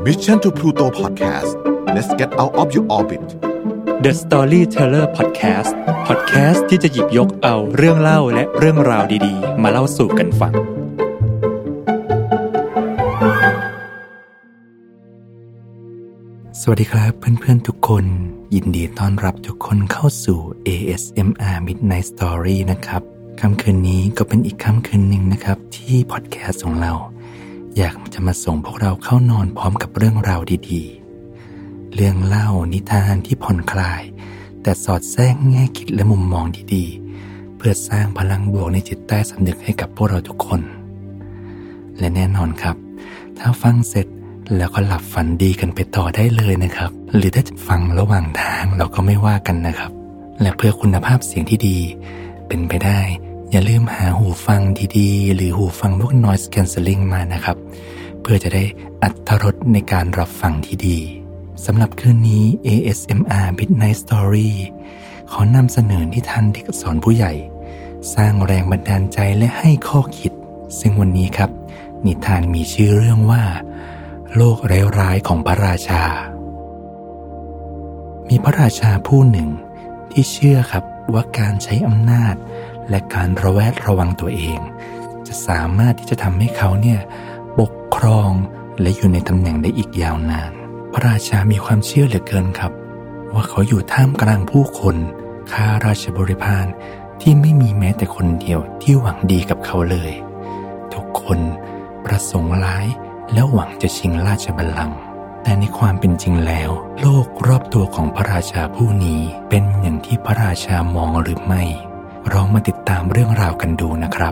Mission to Pluto Podcast let's get out of your orbit The Storyteller Podcast ที่จะหยิบยกเอาเรื่องเล่าและเรื่องราวดีๆมาเล่าสู่กันฟังสวัสดีครับเพื่อนๆทุกคนยินดีต้อนรับทุกคนเข้าสู่ ASMR Midnight Story นะครับค่ำคืนนี้ก็เป็นอีกค่ำคืนหนึ่งนะครับที่พอดแคสต์ของเราอยากจะมาส่งพวกเราเข้านอนพร้อมกับเรื่องราวดีๆเรื่องเล่านิทานที่ผ่อนคลายแต่สอดแทรกแง่คิดและมุมมองดีๆเพื่อสร้างพลังบวกในจิตใต้สำนึกให้กับพวกเราทุกคนและแน่นอนครับถ้าฟังเสร็จแล้วก็หลับฝันดีกันไปต่อได้เลยนะครับหรือถ้าจะฟังระหว่างทางเราก็ไม่ว่ากันนะครับและเพื่อคุณภาพเสียงที่ดีเป็นไปได้อย่าลืมหาหูฟังดีๆหรือหูฟังพวก noise cancelling มานะครับเพื่อจะได้อรรถรสในการรับฟังที่ดีสำหรับคืนนี้ ASMR Midnight Story ขอนำเสนอนิทานเด็กสอนผู้ใหญ่สร้างแรงบันดาลใจและให้ข้อคิดซึ่งวันนี้ครับนิทานมีชื่อเรื่องว่าโลกร้ายๆของพระราชามีพระราชาผู้หนึ่งที่เชื่อครับว่าการใช้อำนาจและการระแวดระวังตัวเองจะสามารถที่จะทำให้เขาปกครองและอยู่ในตำแหน่งได้อีกยาวนานพระราชามีความเชื่อเหลือเกินครับว่าเขาอยู่ท่ามกลางผู้คนข้าราชบริพารที่ไม่มีแม้แต่คนเดียวที่หวังดีกับเขาเลยทุกคนประสงค์ร้ายและหวังจะชิงราชบัลลังก์แต่ในความเป็นจริงแล้วโลกรอบตัวของพระราชาผู้นี้เป็นอย่างที่พระราชามองหรือไม่ลองมาติดตามเรื่องราวกันดูนะครับ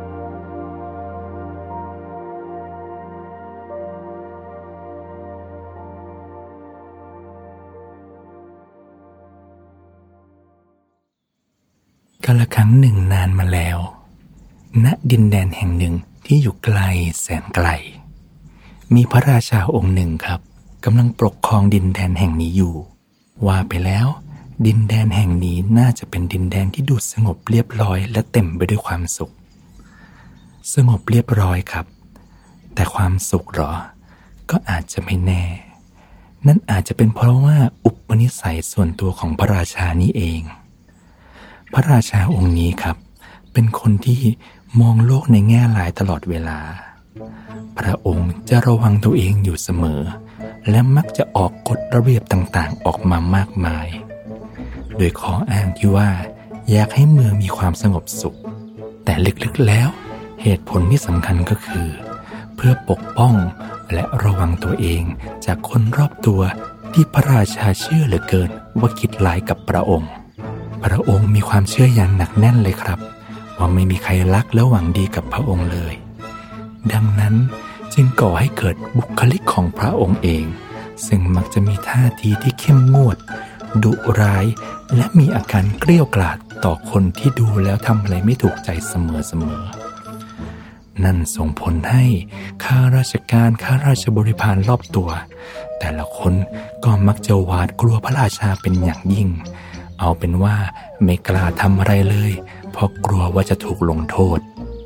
กาลครั้งหนึ่งนานมาแล้วณดินแดนแห่งหนึ่งที่อยู่ไกลแสนไกลมีพระราชาองค์หนึ่งครับกำลังปกครองดินแดนแห่งนี้อยู่ว่าไปแล้วดินแดนแห่งนี้น่าจะเป็นดินแดนที่ดูสงบเรียบร้อยและเต็มไปด้วยความสุขสงบเรียบร้อยครับแต่ความสุขหรอก็อาจจะไม่แน่นั่นอาจจะเป็นเพราะว่าอุปนิสัยส่วนตัวของพระราชานี้เองพระราชาองค์นี้ครับเป็นคนที่มองโลกในแง่ร้ายตลอดเวลาพระองค์จะระวังตัวเองอยู่เสมอและมักจะออกกฎระเบียบต่างๆออกมามากมายโดยขออ้างที่ว่าอยากให้เมืองมีความสงบสุขแต่ลึกๆแล้วเหตุผลที่สำคัญก็คือเพื่อปกป้องและระวังตัวเองจากคนรอบตัวที่พระราชาเชื่อเหลือเกินว่าคิดร้ายกับพระองค์มีความเชื่ออย่างหนักแน่นเลยครับว่าไม่มีใครรักและหวังดีกับพระองค์เลยดังนั้นจึงก่อให้เกิดบุคลิกของพระองค์เองซึ่งมักจะมีท่าทีที่เข้มงวดดุร้ายและมีอาการเกรี้ยวกราดต่อคนที่ดูแล้วทำอะไรไม่ถูกใจเสมอนั่นส่งผลให้ข้าราชการข้าราชบริพารรอบตัวแต่ละคนก็มักจะหวาดกลัวพระราชาเป็นอย่างยิ่งเอาเป็นว่าไม่กล้าทำอะไรเลยเพราะกลัวว่าจะถูกลงโทษ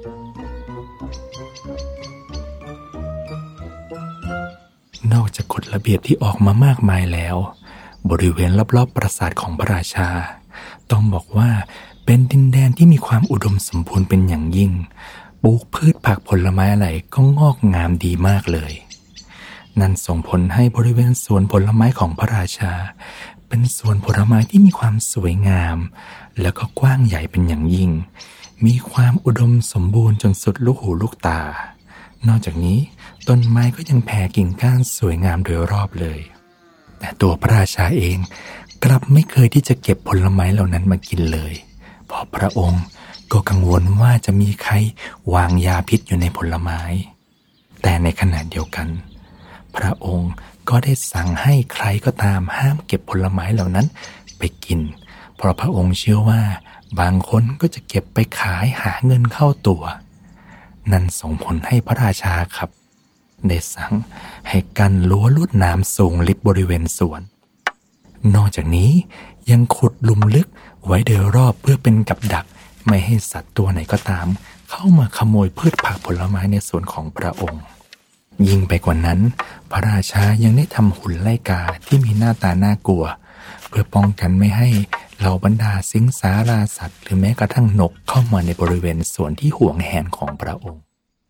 นอกจากกฎระเบียบที่ออกมามากมายแล้วบริเวณรอบๆปราสาทของพระราชาต้องบอกว่าเป็นดินแดนที่มีความอุดมสมบูรณ์เป็นอย่างยิ่งปลูกพืชผักผลไม้อะไรก็งอกงามดีมากเลยนั่นส่งผลให้บริเวณสวนผลไม้ของพระราชาเป็นสวนผลไม้ที่มีความสวยงามแล้วก็กว้างใหญ่เป็นอย่างยิ่งมีความอุดมสมบูรณ์จนสุดลูกหูลูกตานอกจากนี้ต้นไม้ก็ยังแผ่กิ่งก้านสวยงามโดยรอบเลยแต่ตัวพระราชาเองกลับไม่เคยที่จะเก็บผลไม้เหล่านั้นมากินเลยเพราะพระองค์ก็กังวลว่าจะมีใครวางยาพิษอยู่ในผลไม้แต่ในขณะเดียวกันพระองค์ก็ได้สั่งให้ใครก็ตามห้ามเก็บผลไม้เหล่านั้นไปกินเพราะพระองค์เชื่อว่าบางคนก็จะเก็บไปขายหาเงินเข้าตัวนั่นส่งผลให้พระราชาครับได้สั่งให้กั้นรั้วลวดหนามสูงลิบบริเวณสวนนอกจากนี้ยังขุดหลุมลึกไว้โดยรอบเพื่อเป็นกับดักไม่ให้สัตว์ตัวไหนก็ตามเข้ามาขโมยพืชผักผลไม้ในสวนของพระองค์ยิ่งไปกว่านั้นพระราชายังได้ทำหุ่นไล่กาที่มีหน้าตาน่ากลัวเพื่อป้องกันไม่ให้เหล่าบรรดาสิงสาราสัตว์หรือแม้กระทั่งนกเข้ามาในบริเวณส่วนที่หวงแหนของพระองค์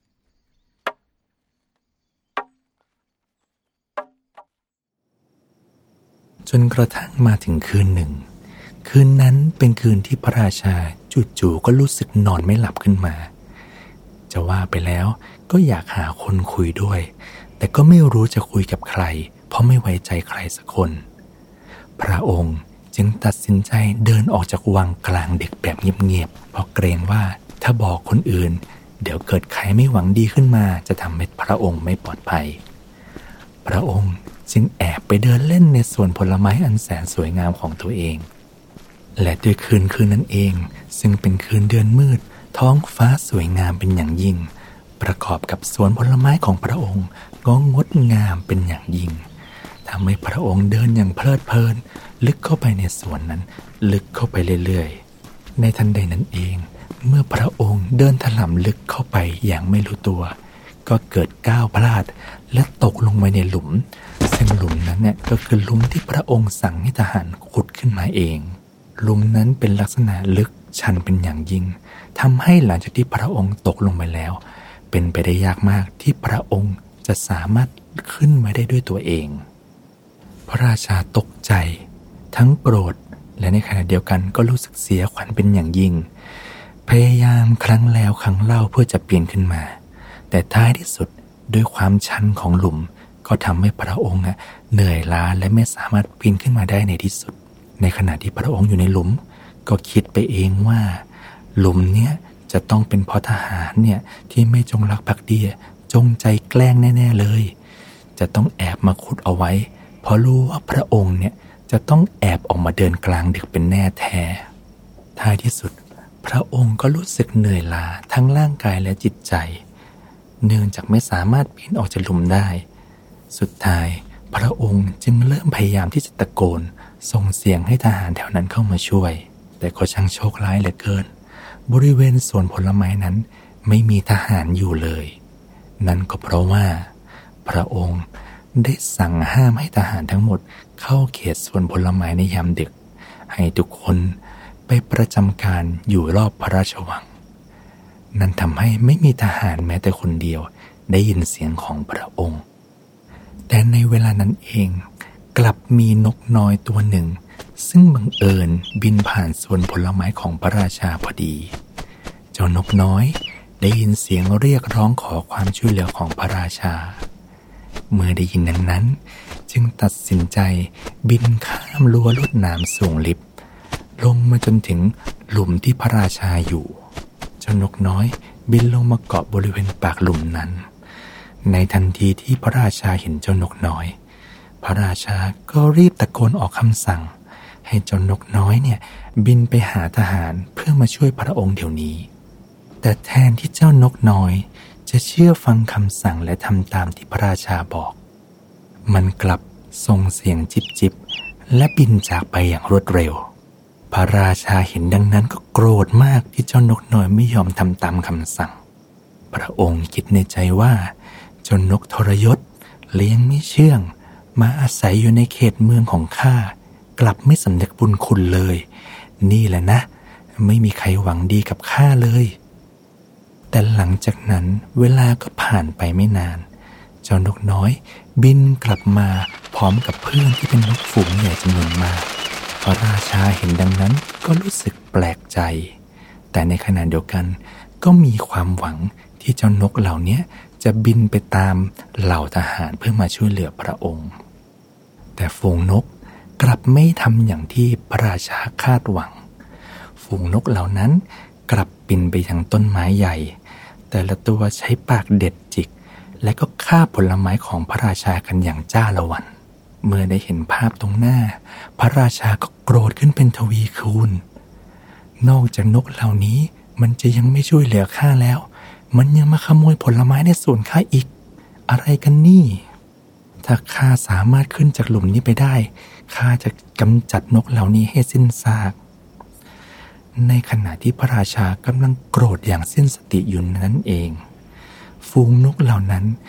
จนกระทั่งมาถึงคืนหนึ่งคืนนั้นเป็นคืนที่พระราชาจู่ๆก็รู้สึกนอนไม่หลับขึ้นมาจะว่าไปแล้วก็อยากหาคนคุยด้วยแต่ก็ไม่รู้จะคุยกับใครเพราะไม่ไว้ใจใครสักคนพระองค์จึงตัดสินใจเดินออกจากวังกลางดึกแบบเงียบๆเพราะเกรงว่าถ้าบอกคนอื่นเดี๋ยวเกิดใครไม่หวังดีขึ้นมาจะทำให้พระองค์ไม่ปลอดภัยพระองค์จึงแอบไปเดินเล่นในสวนผลไม้อันแสนสวยงามของตัวเองและด้วยคืนนั้นเองซึ่งเป็นคืนเดือนมืดท้องฟ้าสวยงามเป็นอย่างยิ่งประกอบกับสวนผลไม้ของพระองค์ก็งดงามเป็นอย่างยิ่งทำให้พระองค์เดินอย่างเพลิดเพลินลึกเข้าไปในสวนนั้นลึกเข้าไปเรื่อยๆในทันใดนั้นเองเมื่อพระองค์เดินถลำลึกเข้าไปอย่างไม่รู้ตัวก็เกิดก้าวพลาดและตกลงไปในหลุมซึ่งหลุมนั้นเนี่ยก็คือหลุมที่พระองค์สั่งให้ทหารขุดขึ้นมาเองหลุมนั้นเป็นลักษณะลึกชันเป็นอย่างยิ่งทำให้หลังจากที่พระองค์ตกลงไปแล้วเป็นไปได้ยากมากที่พระองค์จะสามารถขึ้นมาได้ด้วยตัวเองพระราชาตกใจทั้งโกรธและในขณะเดียวกันก็รู้สึกเสียขวัญเป็นอย่างยิ่งพยายามครั้งแล้วครั้งเล่าเพื่อจะปีนขึ้นมาแต่ท้ายที่สุดด้วยความชันของหลุมก็ทำให้พระองค์เหนื่อยล้าและไม่สามารถปีนขึ้นมาได้ในที่สุดในขณะที่พระองค์อยู่ในหลุมก็คิดไปเองว่าหลุมเนี้ยจะต้องเป็นเพราะทหารเนี่ยที่ไม่จงรักภักดีจงใจแกล้งแน่ๆเลยจะต้องแอบมาขุดเอาไว้เพราะรู้ว่าพระองค์เนี่ยจะต้องแอบออกมาเดินกลางดึกเป็นแน่แท้ท้ายที่สุดพระองค์ก็รู้สึกเหนื่อยล้าทั้งร่างกายและจิตใจเนื่องจากไม่สามารถปีนออกจากหลุมได้สุดท้ายพระองค์จึงเริ่มพยายามที่จะตะโกนส่งเสียงให้ทหารแถวนั้นเข้ามาช่วยแต่ก็ช่างโชคร้ายเหลือเกินบริเวณสวนผลไม้นั้นไม่มีทหารอยู่เลยนั่นก็เพราะว่าพระองค์ได้สั่งห้ามให้ทหารทั้งหมดเข้าเขตสวนผลไม้ในยามดึกให้ทุกคนไปประจำการอยู่รอบพระราชวังนั่นทำให้ไม่มีทหารแม้แต่คนเดียวได้ยินเสียงของพระองค์แต่ในเวลานั้นเองกลับมีนกน้อยตัวหนึ่งซึ่งบังเอิญบินผ่านสวนผลไม้ของพระราชาพอดีเจ้านกน้อยได้ยินเสียงเรียกร้องขอความช่วยเหลือของพระราชาเมื่อได้ยินดังนั้นจึงตัดสินใจบินข้ามรั้วลวดหนามสูงลิบลงมาจนถึงหลุมที่พระราชาอยู่เจ้านกน้อยบินลงมาเกาะบริเวณปากหลุมนั้นในทันทีที่พระราชาเห็นเจ้านกน้อยพระราชาก็รีบตะโกนออกคำสั่งให้เจ้านกน้อยเนี่ยบินไปหาทหารเพื่อมาช่วยพระองค์เดี๋ยวนี้แต่แทนที่เจ้านกน้อยจะเชื่อฟังคำสั่งและทำตามที่พระราชาบอกมันกลับส่งเสียงจิบจิบและบินจากไปอย่างรวดเร็วพระราชาเห็นดังนั้นก็โกรธมากที่เจ้านกน้อยไม่ยอมทำตามคำสั่งพระองค์คิดในใจว่าเจ้านกทรยศเลี้ยงไม่เชื่องมาอาศัยอยู่ในเขตเมืองของข้ากลับไม่สำนึกบุญคุณเลยนี่แหละนะไม่มีใครหวังดีกับข้าเลยแต่หลังจากนั้นเวลาก็ผ่านไปไม่นานเจ้านกน้อยบินกลับมาพร้อมกับเพื่อนที่เป็นนกฝูงใหญ่จำนวนมากพระราชาเห็นดังนั้นก็รู้สึกแปลกใจแต่ในขณะเดียวกันก็มีความหวังที่เจ้านกเหล่านี้จะบินไปตามเหล่าทหารเพื่อมาช่วยเหลือพระองค์แต่ฝูงนกกลับไม่ทำอย่างที่พระราชาคาดหวังฝูงนกเหล่านั้นกลับบินไปยังต้นไม้ใหญ่แต่ละตัวใช้ปากเด็ดจิกและก็คาบผลไม้ของพระราชากันอย่างจ้าละวันเมื่อได้เห็นภาพตรงหน้าพระราชาก็โกรธขึ้นเป็นทวีคูณนอกจากนกเหล่านี้มันจะยังไม่ช่วยเหลือข้าแล้วมันยังมาขโมยผลไม้ในสวนข้าอีกอะไรกันนี่ถ้าข้าสามารถขึ้นจากหลุมนี้ไปได้ข้าจะกำจัดนกเหล่านี้ให้สิ้นซากในขณะที่พระราชากำลังโกรธอย่างสิ้นสติอยู่นั้นเองฝูงนกเหล่านั้น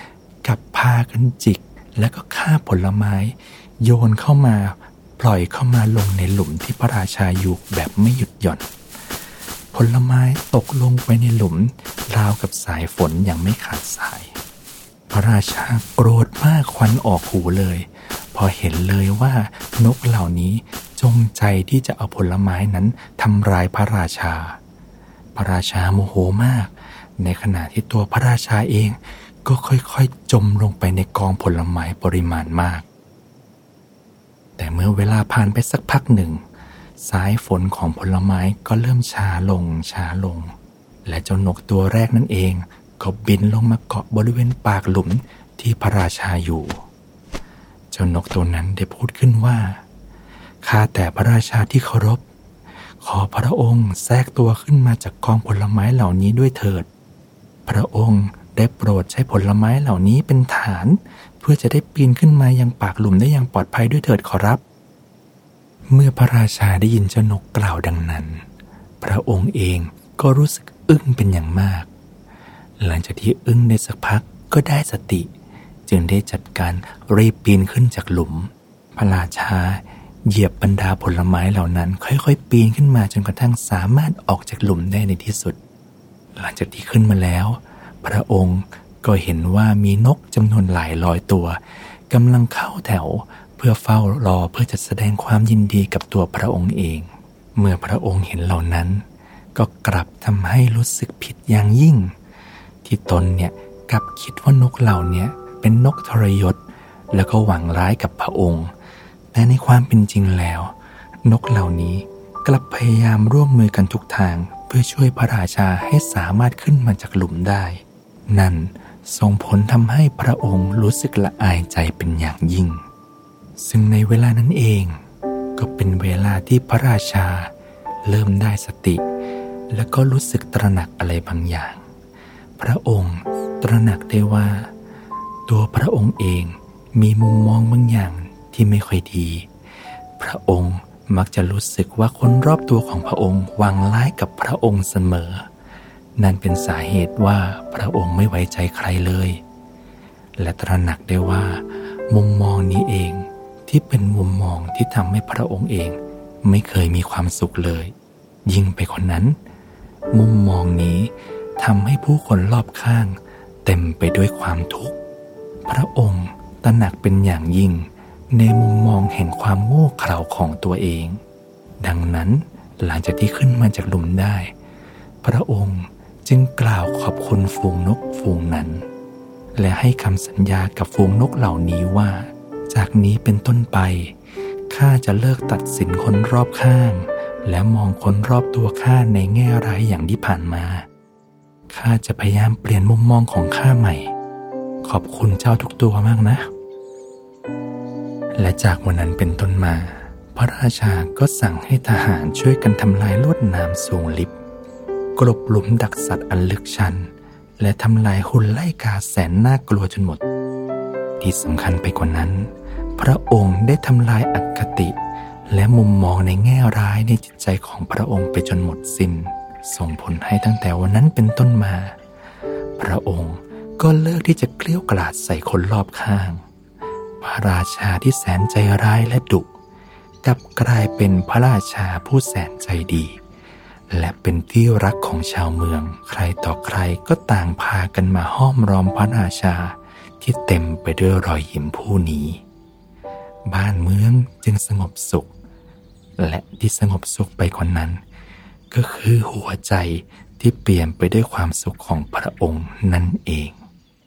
กับพากันจิกแล้วก็คาบผลไม้โยนเข้ามาปล่อยเข้ามาลงในหลุมที่พระราชาอยู่แบบไม่หยุดหย่อนผลไม้ตกลงไปในหลุมราวกับสายฝนอย่างไม่ขาดสายพระราชาโกรธมากควันออกหูเลยพอเห็นเลยว่านกเหล่านี้จงใจที่จะเอาผลไม้นั้นทำร้ายพระราชาพระราชาโมโหมากในขณะที่ตัวพระราชาเองก็ค่อยๆจมลงไปในกองผลไม้ปริมาณมากแต่เมื่อเวลาผ่านไปสักพักหนึ่งสายฝนของผลไม้ก็เริ่มช้าลงและเจ้านกตัวแรกนั่นเองก็บินลงมาเกาะบริเวณปากหลุมที่พระราชาอยู่เจ้านกตัวนั้นได้พูดขึ้นว่าข้าแต่พระราชาที่เคารพขอพระองค์แทรกตัวขึ้นมาจากกองผลไม้เหล่านี้ด้วยเถิดพระองค์ได้โปรดใช้ผลไม้เหล่านี้เป็นฐานเพื่อจะได้ปีนขึ้นมายังปากหลุมได้อย่างปลอดภัยด้วยเถิดขอรับเมื่อพระราชาได้ยินเจ้านกกล่าวดังนั้นพระองค์เองก็รู้สึกอึ้งเป็นอย่างมากหลังจากที่อึ้งได้สักพักก็ได้สติจึงได้จัดการรีบปีนขึ้นจากหลุมพระราชาเหยียบบรรดาผลไม้เหล่านั้นค่อยๆปีนขึ้นมาจนกระทั่งสามารถออกจากหลุมได้ในที่สุดหลังจากที่ขึ้นมาแล้วพระองค์ก็เห็นว่ามีนกจำนวนหลายร้อยตัวกำลังเข้าแถวเพื่อเฝ้ารอเพื่อจะแสดงความยินดีกับตัวพระองค์เองเมื่อพระองค์เห็นเหล่านั้นก็กลับทำให้รู้สึกผิดอย่างยิ่งที่ตนเนี่ยกลับคิดว่านกเหล่านี้เป็นนกทรยศแล้วก็หวังร้ายกับพระองค์แต่ในความเป็นจริงแล้วนกเหล่านี้กลับพยายามร่วมมือกันทุกทางเพื่อช่วยพระราชาให้สามารถขึ้นมาจากหลุมได้นั่นส่งผลทำให้พระองค์รู้สึกละอายใจเป็นอย่างยิ่งซึ่งในเวลานั้นเองก็เป็นเวลาที่พระราชาเริ่มได้สติและก็รู้สึกตระหนักอะไรบางอย่างพระองค์ตระหนักได้ว่าตัวพระองค์เองมีมุมมองบางอย่างที่ไม่ค่อยดีพระองค์มักจะรู้สึกว่าคนรอบตัวของพระองค์หวังร้ายกับพระองค์เสมอนั่นเป็นสาเหตุว่าพระองค์ไม่ไว้ใจใครเลยและตระหนักได้ว่ามุมมองนี้เองที่เป็นมุมมองที่ทำให้พระองค์เองไม่เคยมีความสุขเลยยิ่งไปกว่านั้นมุมมองนี้ทำให้ผู้คนรอบข้างเต็มไปด้วยความทุกข์พระองค์ตระหนักเป็นอย่างยิ่งในมุมมองแห่งความโง่เขลาของตัวเองดังนั้นหลังจากที่ขึ้นมาจากหลุมได้พระองค์จึงกล่าวขอบคุณฝูงนกฝูงนั้นและให้คำสัญญากับฝูงนกเหล่านี้ว่าจากนี้เป็นต้นไปข้าจะเลิกตัดสินคนรอบข้างและมองคนรอบตัวข้าในแง่ร้ายอย่างที่ผ่านมาข้าจะพยายามเปลี่ยนมุมมองของข้าใหม่ขอบคุณเจ้าทุกตัวมากนะและจากวันนั้นเป็นต้นมาพระราชาก็สั่งให้ทหารช่วยกันทำลายลวดหนามสูงลิบกลบหลุมดักสัตว์อันลึกชันและทำลายหุ่นไล่กาแสนน่ากลัวจนหมดที่สำคัญไปกว่านั้นพระองค์ได้ทำลายอคติและมุมมองในแง่ร้ายในจิตใจของพระองค์ไปจนหมดสิ้นส่งผลให้ตั้งแต่วันนั้นเป็นต้นมาพระองค์ก็เลิกที่จะเกลี้ยกล่อมใส่คนรอบข้างพระราชาที่แสนใจร้ายและดุกลับกลายเป็นพระราชาผู้แสนใจดีและเป็นที่รักของชาวเมืองใครต่อใครก็ต่างพากันมาห้อมล้อมพระราชาที่เต็มไปด้วยรอยยิ้มผู้นี้บ้านเมืองจึงสงบสุขและที่สงบสุขไปกว่านั้นก็คือหัวใจที่เปลี่ยนไปด้วยความสุขของพระองค์นั่นเอง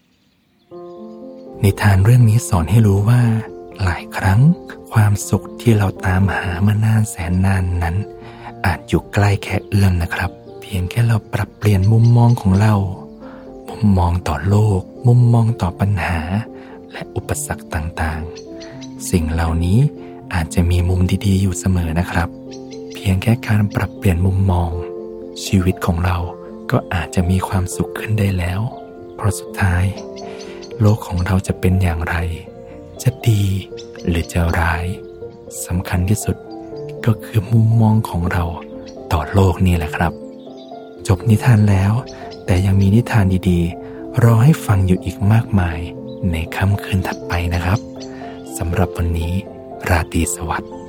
นิทานเรื่องนี้สอนให้รู้ว่าหลายครั้งความสุขที่เราตามหามานานแสนนานนั้นอาจอยู่ใกล้แค่เอื้อมนะครับเพียงแค่เราปรับเปลี่ยนมุมมองของเรามุมมองต่อโลกมุมมองต่อปัญหาและอุปสรรคต่างๆสิ่งเหล่านี้อาจจะมีมุมดีๆอยู่เสมอนะครับเพียงแค่การปรับเปลี่ยนมุมมองชีวิตของเราก็อาจจะมีความสุขขึ้นได้แล้วเพราะสุดท้ายโลกของเราจะเป็นอย่างไรจะดีหรือจะร้ายสำคัญที่สุดก็คือมุมมองของเราต่อโลกนี่แหละครับจบนิทานแล้วแต่ยังมีนิทานดีๆรอให้ฟังอยู่อีกมากมายในค่ำคืนถัดไปนะครับสำหรับวันนี้ราตรีสวัสดิ์